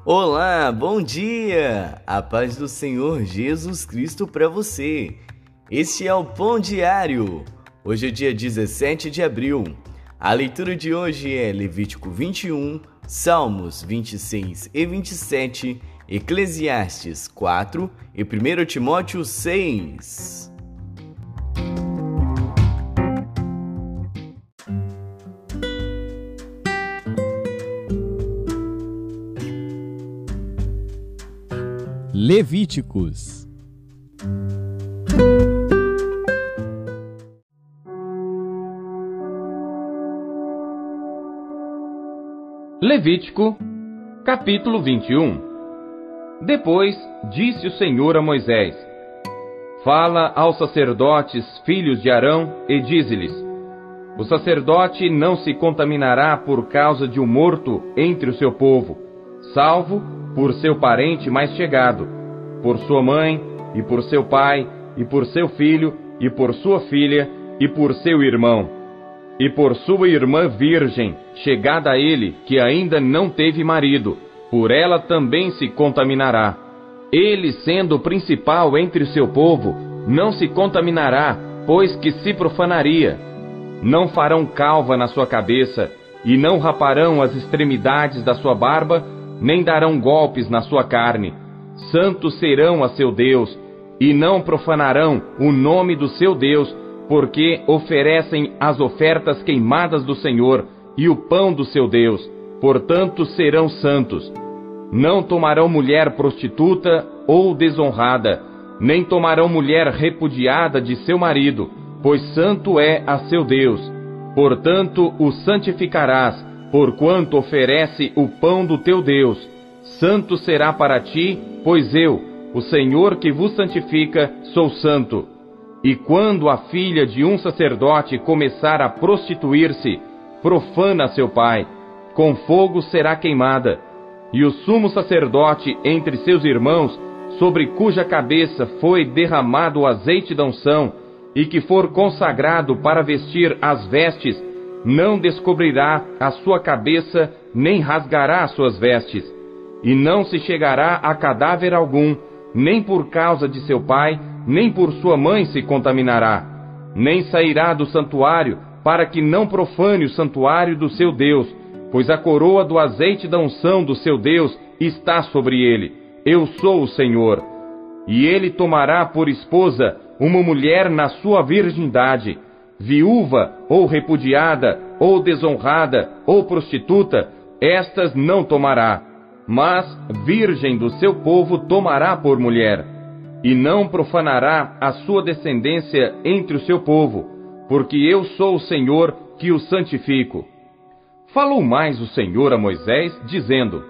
Olá, bom dia! A paz do Senhor Jesus Cristo para você. Este é o Pão Diário. Hoje é dia 17 de abril. A leitura de hoje é Levítico 21, Salmos 26 e 27, Eclesiastes 4 e 1 Timóteo 6. Levíticos. Levítico, capítulo 21. Depois disse o Senhor a Moisés: Fala aos sacerdotes, filhos de Arão, e dize-lhes: O sacerdote não se contaminará por causa de um morto entre o seu povo, salvo por seu parente mais chegado, por sua mãe, e por seu pai, e por seu filho, e por sua filha, e por seu irmão, e por sua irmã virgem, chegada a ele, que ainda não teve marido, por ela também se contaminará. Ele, sendo o principal entre o seu povo, não se contaminará, pois que se profanaria. Não farão calva na sua cabeça, e não raparão as extremidades da sua barba, nem darão golpes na sua carne. Santos serão a seu Deus, e não profanarão o nome do seu Deus, porque oferecem as ofertas queimadas do Senhor e o pão do seu Deus, portanto serão santos. Não tomarão mulher prostituta ou desonrada, nem tomarão mulher repudiada de seu marido, pois santo é a seu Deus. Portanto o santificarás, porquanto oferece o pão do teu Deus. Santo será para ti, pois eu, o Senhor que vos santifica, sou santo. E quando a filha de um sacerdote começar a prostituir-se, profana seu pai, com fogo será queimada. E o sumo sacerdote entre seus irmãos, sobre cuja cabeça foi derramado o azeite da unção, e que for consagrado para vestir as vestes, não descobrirá a sua cabeça, nem rasgará as suas vestes. E não se chegará a cadáver algum, nem por causa de seu pai, nem por sua mãe se contaminará. Nem sairá do santuário, para que não profane o santuário do seu Deus, pois a coroa do azeite da unção do seu Deus está sobre ele. Eu sou o Senhor. E ele tomará por esposa uma mulher na sua virgindade, viúva, ou repudiada, ou desonrada, ou prostituta, estas não tomará, mas virgem do seu povo tomará por mulher, e não profanará a sua descendência entre o seu povo, porque eu sou o Senhor que o santifico. Falou mais o Senhor a Moisés, dizendo: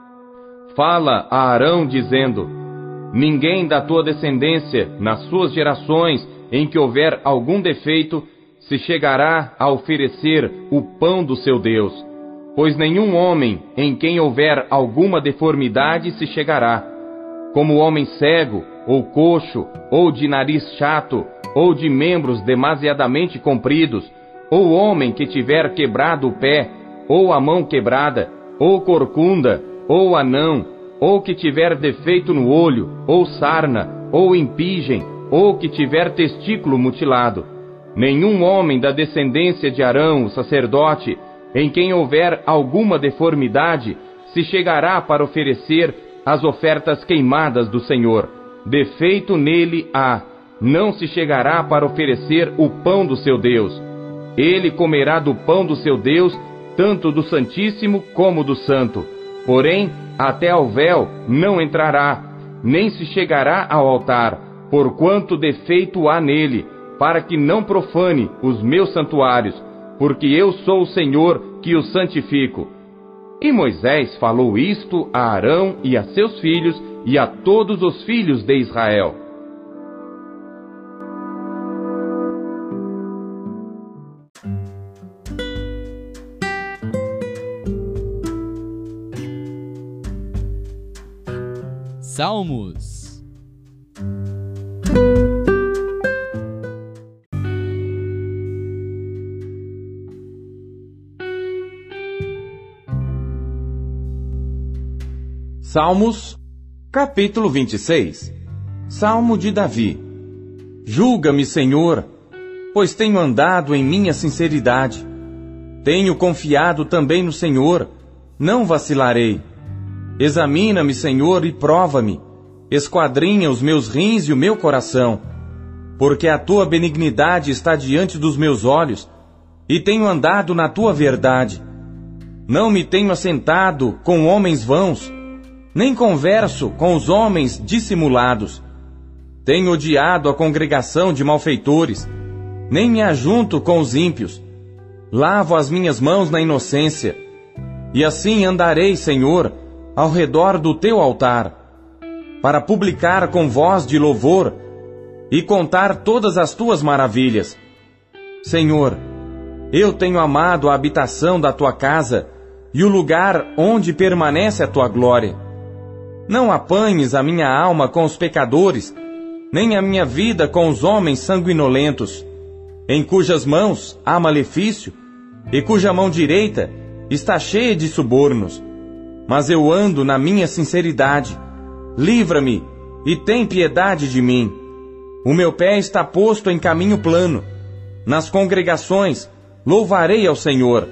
Fala a Arão, dizendo: Ninguém da tua descendência, nas suas gerações, em que houver algum defeito, se chegará a oferecer o pão do seu Deus. Pois nenhum homem em quem houver alguma deformidade se chegará, como homem cego, ou coxo, ou de nariz chato, ou de membros demasiadamente compridos, ou homem que tiver quebrado o pé, ou a mão quebrada, ou corcunda, ou anão, ou que tiver defeito no olho, ou sarna, ou impigem, ou que tiver testículo mutilado. Nenhum homem da descendência de Arão, o sacerdote, em quem houver alguma deformidade, se chegará para oferecer as ofertas queimadas do Senhor. Defeito nele há, não se chegará para oferecer o pão do seu Deus. Ele comerá do pão do seu Deus, tanto do Santíssimo como do Santo. Porém, até ao véu não entrará, nem se chegará ao altar, porquanto defeito há nele, para que não profane os meus santuários, porque eu sou o Senhor que o santifico. E Moisés falou isto a Arão e a seus filhos e a todos os filhos de Israel. Salmos. Salmos, capítulo 26. Salmo de Davi. Julga-me, Senhor, pois tenho andado em minha sinceridade. Tenho confiado também no Senhor, não vacilarei. Examina-me, Senhor, e prova-me. Esquadrinha os meus rins e o meu coração. Porque a tua benignidade está diante dos meus olhos, e tenho andado na tua verdade. Não me tenho assentado com homens vãos, nem converso com os homens dissimulados. Tenho odiado a congregação de malfeitores, nem me ajunto com os ímpios. Lavo as minhas mãos na inocência, e assim andarei, Senhor, ao redor do teu altar, para publicar com voz de louvor e contar todas as tuas maravilhas. Senhor, eu tenho amado a habitação da tua casa e o lugar onde permanece a tua glória. Não apanhes a minha alma com os pecadores, nem a minha vida com os homens sanguinolentos, em cujas mãos há malefício, e cuja mão direita está cheia de subornos. Mas eu ando na minha sinceridade. Livra-me e tem piedade de mim. O meu pé está posto em caminho plano. Nas congregações louvarei ao Senhor.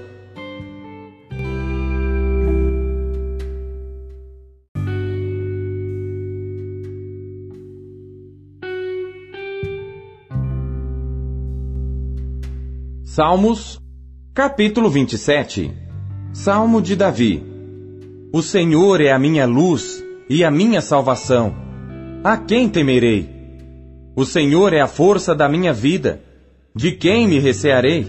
Salmos, capítulo 27. Salmo de Davi. O Senhor é a minha luz e a minha salvação. A quem temerei? O Senhor é a força da minha vida. De quem me recearei?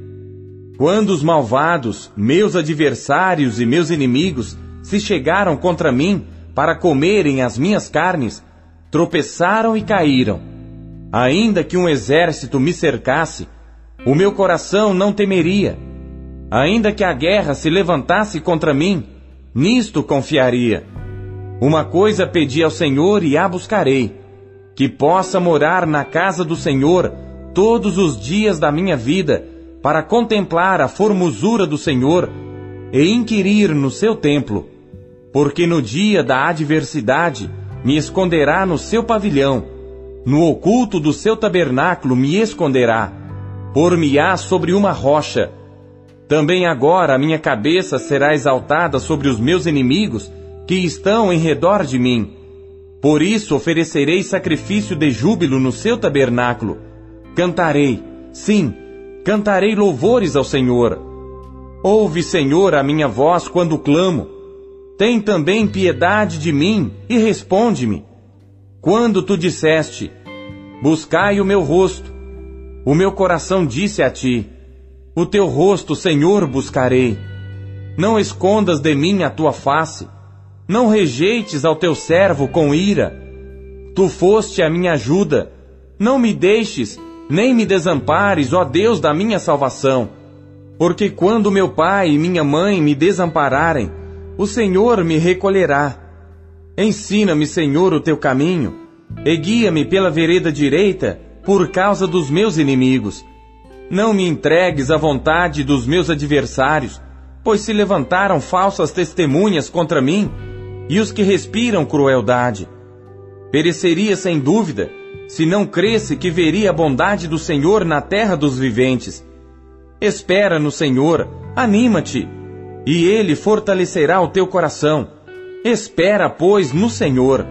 Quando os malvados, meus adversários e meus inimigos, se chegaram contra mim para comerem as minhas carnes, tropeçaram e caíram. Ainda que um exército me cercasse, o meu coração não temeria. Ainda que a guerra se levantasse contra mim, nisto confiaria. Uma coisa pedi ao Senhor e a buscarei, que possa morar na casa do Senhor todos os dias da minha vida, para contemplar a formosura do Senhor e inquirir no seu templo. Porque no dia da adversidade me esconderá no seu pavilhão, no oculto do seu tabernáculo me esconderá. Por-me-á sobre uma rocha. Também agora a minha cabeça será exaltada sobre os meus inimigos que estão em redor de mim. Por isso oferecerei sacrifício de júbilo no seu tabernáculo. Cantarei, sim, cantarei louvores ao Senhor. Ouve, Senhor, a minha voz quando clamo. Tem também piedade de mim e responde-me. Quando tu disseste, buscai o meu rosto, o meu coração disse a ti, o teu rosto, Senhor, buscarei. Não escondas de mim a tua face, não rejeites ao teu servo com ira. Tu foste a minha ajuda, não me deixes, nem me desampares, ó Deus da minha salvação. Porque quando meu pai e minha mãe me desampararem, o Senhor me recolherá. Ensina-me, Senhor, o teu caminho, e guia-me pela vereda direita, por causa dos meus inimigos. Não me entregues à vontade dos meus adversários, pois se levantaram falsas testemunhas contra mim, e os que respiram crueldade. Pereceria sem dúvida, se não cresse que veria a bondade do Senhor na terra dos viventes. Espera no Senhor, anima-te, e Ele fortalecerá o teu coração. Espera, pois, no Senhor.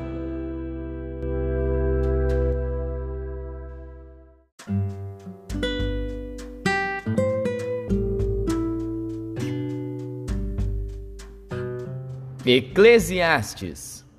Eclesiastes.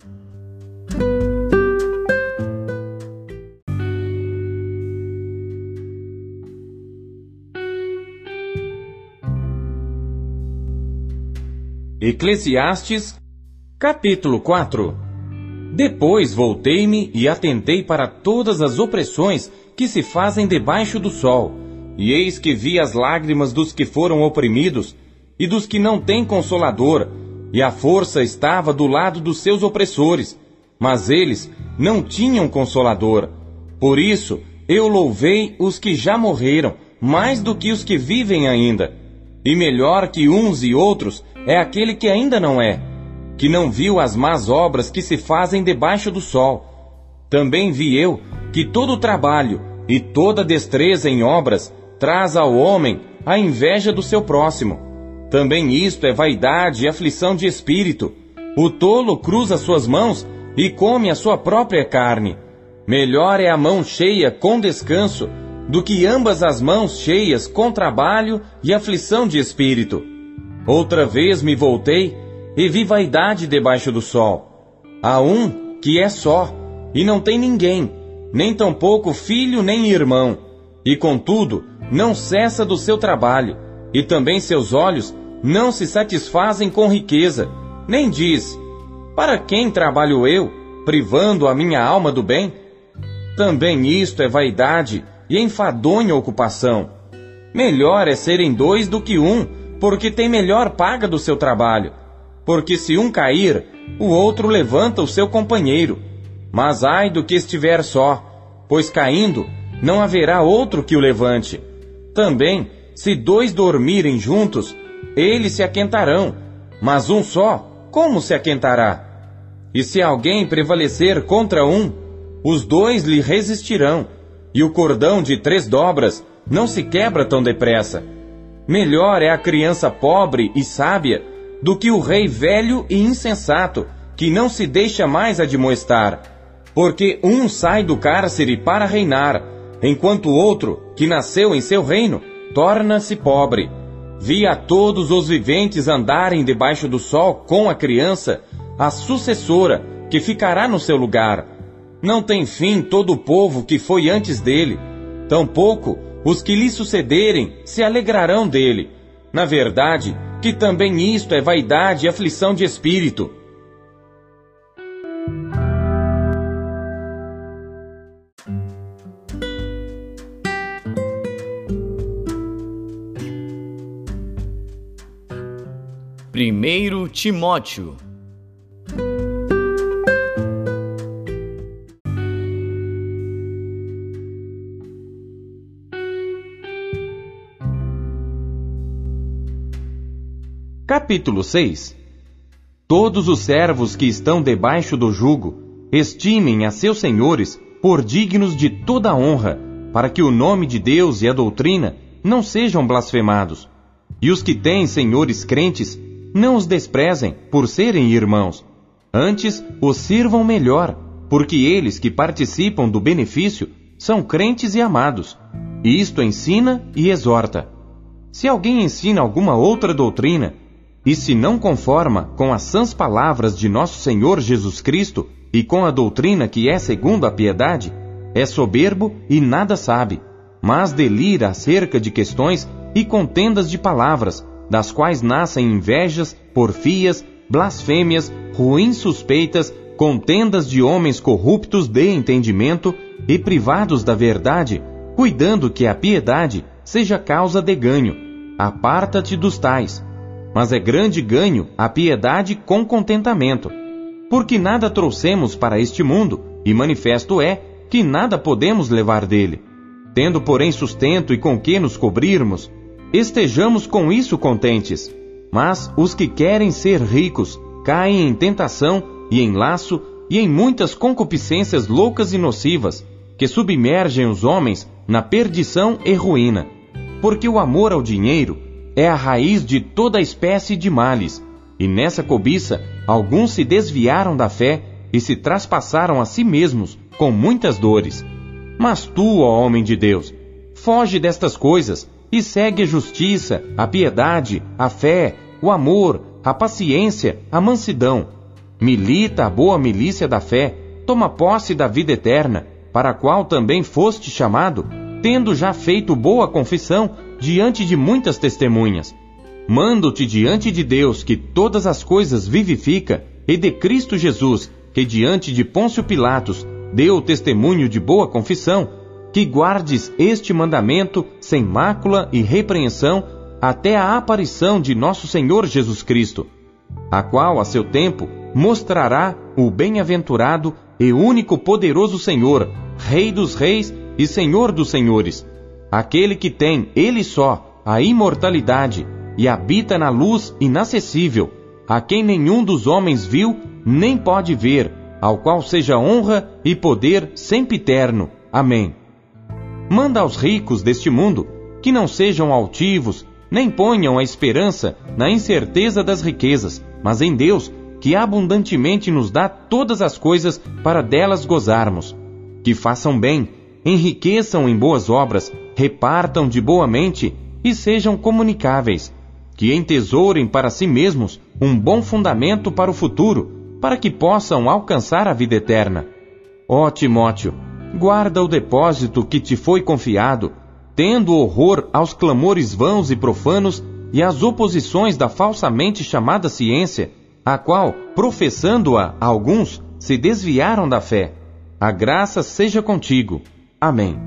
Eclesiastes, capítulo 4. Depois voltei-me e atentei para todas as opressões que se fazem debaixo do sol, e eis que vi as lágrimas dos que foram oprimidos e dos que não têm consolador, e a força estava do lado dos seus opressores, mas eles não tinham consolador. Por isso eu louvei os que já morreram, mais do que os que vivem ainda. E melhor que uns e outros é aquele que ainda não é. que não viu as más obras que se fazem debaixo do sol. Também vi eu que todo trabalho e toda destreza em obras traz ao homem a inveja do seu próximo. Também isto é vaidade e aflição de espírito. O tolo cruza suas mãos e come a sua própria carne. Melhor é a mão cheia com descanso do que ambas as mãos cheias com trabalho e aflição de espírito. Outra vez me voltei e vi vaidade debaixo do sol. Há um que é só, e não tem ninguém, nem tampouco filho nem irmão, e contudo não cessa do seu trabalho, e também seus olhos não se satisfazem com riqueza, nem diz: para quem trabalho eu, privando a minha alma do bem? Também isto é vaidade e enfadonha ocupação. Melhor é serem dois do que um, porque tem melhor paga do seu trabalho. Porque se um cair, o outro levanta o seu companheiro. Mas ai do que estiver só, pois caindo, não haverá outro que o levante. Também, se dois dormirem juntos, eles se aquentarão, mas um só, como se aquentará? E se alguém prevalecer contra um, os dois lhe resistirão, e o cordão de 3 dobras não se quebra tão depressa. Melhor é a criança pobre e sábia do que o rei velho e insensato, que não se deixa mais admoestar. Porque um sai do cárcere para reinar, enquanto o outro, que nasceu em seu reino, torna-se pobre. Vi a todos os viventes andarem debaixo do sol com a criança, a sucessora, que ficará no seu lugar. Não tem fim todo o povo que foi antes dele, tampouco os que lhe sucederem se alegrarão dele. Na verdade, que também isto é vaidade e aflição de espírito. Primeiro Timóteo. Capítulo 6. Todos os servos que estão debaixo do jugo estimem a seus senhores por dignos de toda honra, para que o nome de Deus e a doutrina não sejam blasfemados. E os que têm senhores crentes não os desprezem por serem irmãos. Antes, os sirvam melhor, porque eles que participam do benefício são crentes e amados. E isto ensina e exorta. Se alguém ensina alguma outra doutrina, e se não conforma com as sãs palavras de nosso Senhor Jesus Cristo e com a doutrina que é segundo a piedade, é soberbo e nada sabe, mas delira acerca de questões e contendas de palavras, das quais nascem invejas, porfias, blasfêmias, ruins suspeitas, contendas de homens corruptos de entendimento e privados da verdade, cuidando que a piedade seja causa de ganho. Aparta-te dos tais. Mas é grande ganho a piedade com contentamento. Porque nada trouxemos para este mundo, e manifesto é que nada podemos levar dele. Tendo, porém, sustento e com que nos cobrirmos, estejamos com isso contentes. Mas os que querem ser ricos caem em tentação e em laço e em muitas concupiscências loucas e nocivas, que submergem os homens na perdição e ruína. Porque o amor ao dinheiro é a raiz de toda espécie de males, e nessa cobiça alguns se desviaram da fé e se traspassaram a si mesmos com muitas dores. Mas tu, ó homem de Deus, foge destas coisas e segue a justiça, a piedade, a fé, o amor, a paciência, a mansidão. Milita a boa milícia da fé, toma posse da vida eterna, para a qual também foste chamado, tendo já feito boa confissão diante de muitas testemunhas. Mando-te diante de Deus, que todas as coisas vivifica, e de Cristo Jesus, que diante de Pôncio Pilatos deu testemunho de boa confissão, que guardes este mandamento sem mácula e repreensão até a aparição de nosso Senhor Jesus Cristo, a qual a seu tempo mostrará o bem-aventurado e único poderoso Senhor, Rei dos reis e Senhor dos senhores, aquele que tem, ele só, a imortalidade, e habita na luz inacessível, a quem nenhum dos homens viu, nem pode ver, ao qual seja honra e poder sempiterno. Amém. Manda aos ricos deste mundo que não sejam altivos, nem ponham a esperança na incerteza das riquezas, mas em Deus, que abundantemente nos dá todas as coisas para delas gozarmos. Que façam bem, enriqueçam em boas obras, repartam de boa mente e sejam comunicáveis. Que entesourem para si mesmos um bom fundamento para o futuro, para que possam alcançar a vida eterna. Ó Timóteo, guarda o depósito que te foi confiado, tendo horror aos clamores vãos e profanos e às oposições da falsamente chamada ciência, a qual, professando-a alguns, se desviaram da fé. A graça seja contigo. Amém.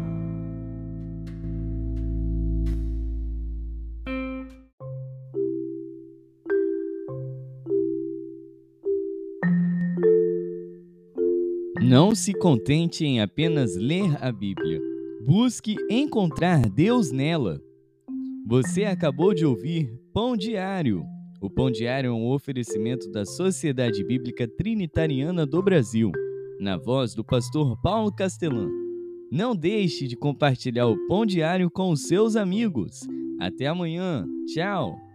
Não se contente em apenas ler a Bíblia. Busque encontrar Deus nela. Você acabou de ouvir Pão Diário. O Pão Diário é um oferecimento da Sociedade Bíblica Trinitariana do Brasil, na voz do pastor Paulo Castelã. Não deixe de compartilhar o Pão Diário com os seus amigos. Até amanhã. Tchau!